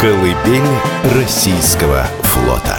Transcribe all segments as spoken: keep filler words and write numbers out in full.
Колыбель российского флота.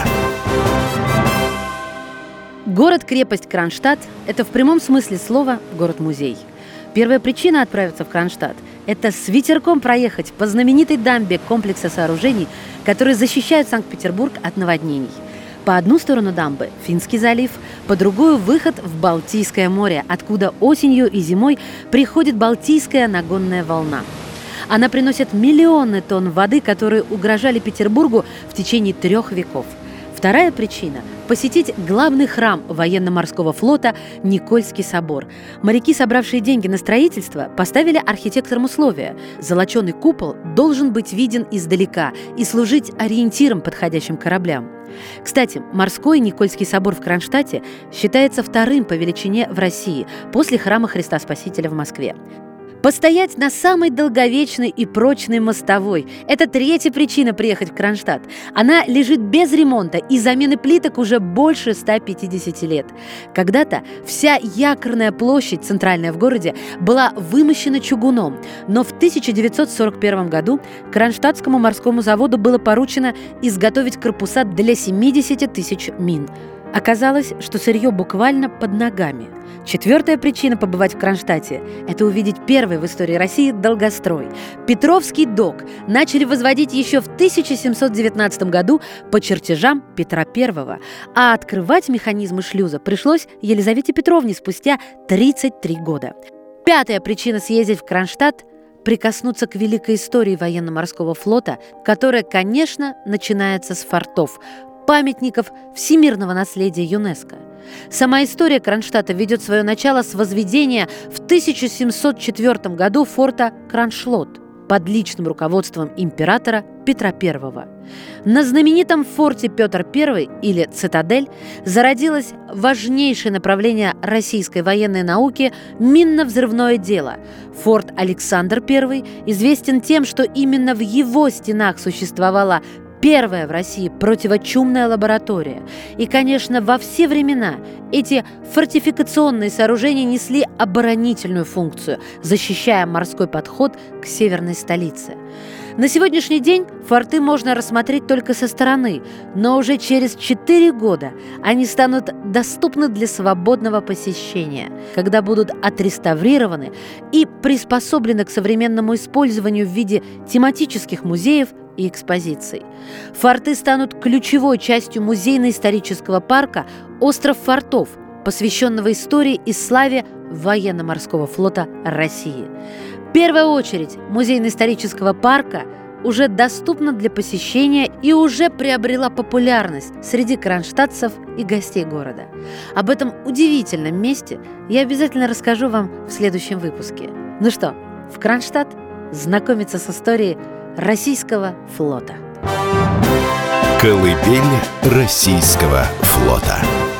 Город-крепость Кронштадт – это в прямом смысле слова город-музей. Первая причина отправиться в Кронштадт – это с ветерком проехать по знаменитой дамбе комплекса сооружений, которые защищают Санкт-Петербург от наводнений. По одну сторону дамбы – Финский залив, по другую – выход в Балтийское море, откуда осенью и зимой приходит Балтийская нагонная волна. Она приносит миллионы тонн воды, которые угрожали Петербургу в течение трех веков. Вторая причина – посетить главный храм военно-морского флота – Никольский собор. Моряки, собравшие деньги на строительство, поставили архитекторам условия – золоченый купол должен быть виден издалека и служить ориентиром подходящим кораблям. Кстати, морской Никольский собор в Кронштадте считается вторым по величине в России после храма Христа Спасителя в Москве. Постоять на самой долговечной и прочной мостовой – это третья причина приехать в Кронштадт. Она лежит без ремонта и замены плиток уже больше ста пятидесяти лет. Когда-то вся якорная площадь, центральная в городе, была вымощена чугуном, но в тысяча девятьсот сорок первом году Кронштадтскому морскому заводу было поручено изготовить корпуса для семидесяти тысяч мин. Оказалось, что сырье буквально под ногами. Четвертая причина побывать в Кронштадте – это увидеть первый в истории России долгострой. Петровский док начали возводить еще в тысяча семьсот девятнадцатом году по чертежам Петра Первого, а открывать механизмы шлюза пришлось Елизавете Петровне спустя тридцать три года. Пятая причина съездить в Кронштадт – прикоснуться к великой истории военно-морского флота, которая, конечно, начинается с фортов – памятников всемирного наследия ЮНЕСКО. Сама история Кронштадта ведет свое начало с возведения в тысяча семьсот четвёртом году форта Кроншлот под личным руководством императора Петра Первого. На знаменитом форте Петр Первый, или цитадель, зародилось важнейшее направление российской военной науки – минно-взрывное дело. Форт Александр Первый известен тем, что именно в его стенах существовала первая в России противочумная лаборатория. И, конечно, во все времена эти фортификационные сооружения несли оборонительную функцию, защищая морской подход к северной столице. На сегодняшний день форты можно рассмотреть только со стороны, но уже через четыре года они станут доступны для свободного посещения, когда будут отреставрированы и приспособлены к современному использованию в виде тематических музеев и экспозиций. Форты станут ключевой частью музейно-исторического парка «Остров фортов», посвященного истории и славе военно-морского флота России. В первую очередь музейно-исторического парка уже доступна для посещения и уже приобрела популярность среди кронштадтцев и гостей города. Об этом удивительном месте я обязательно расскажу вам в следующем выпуске. Ну что, в Кронштадт знакомиться с историей российского флота. Колыбель российского флота.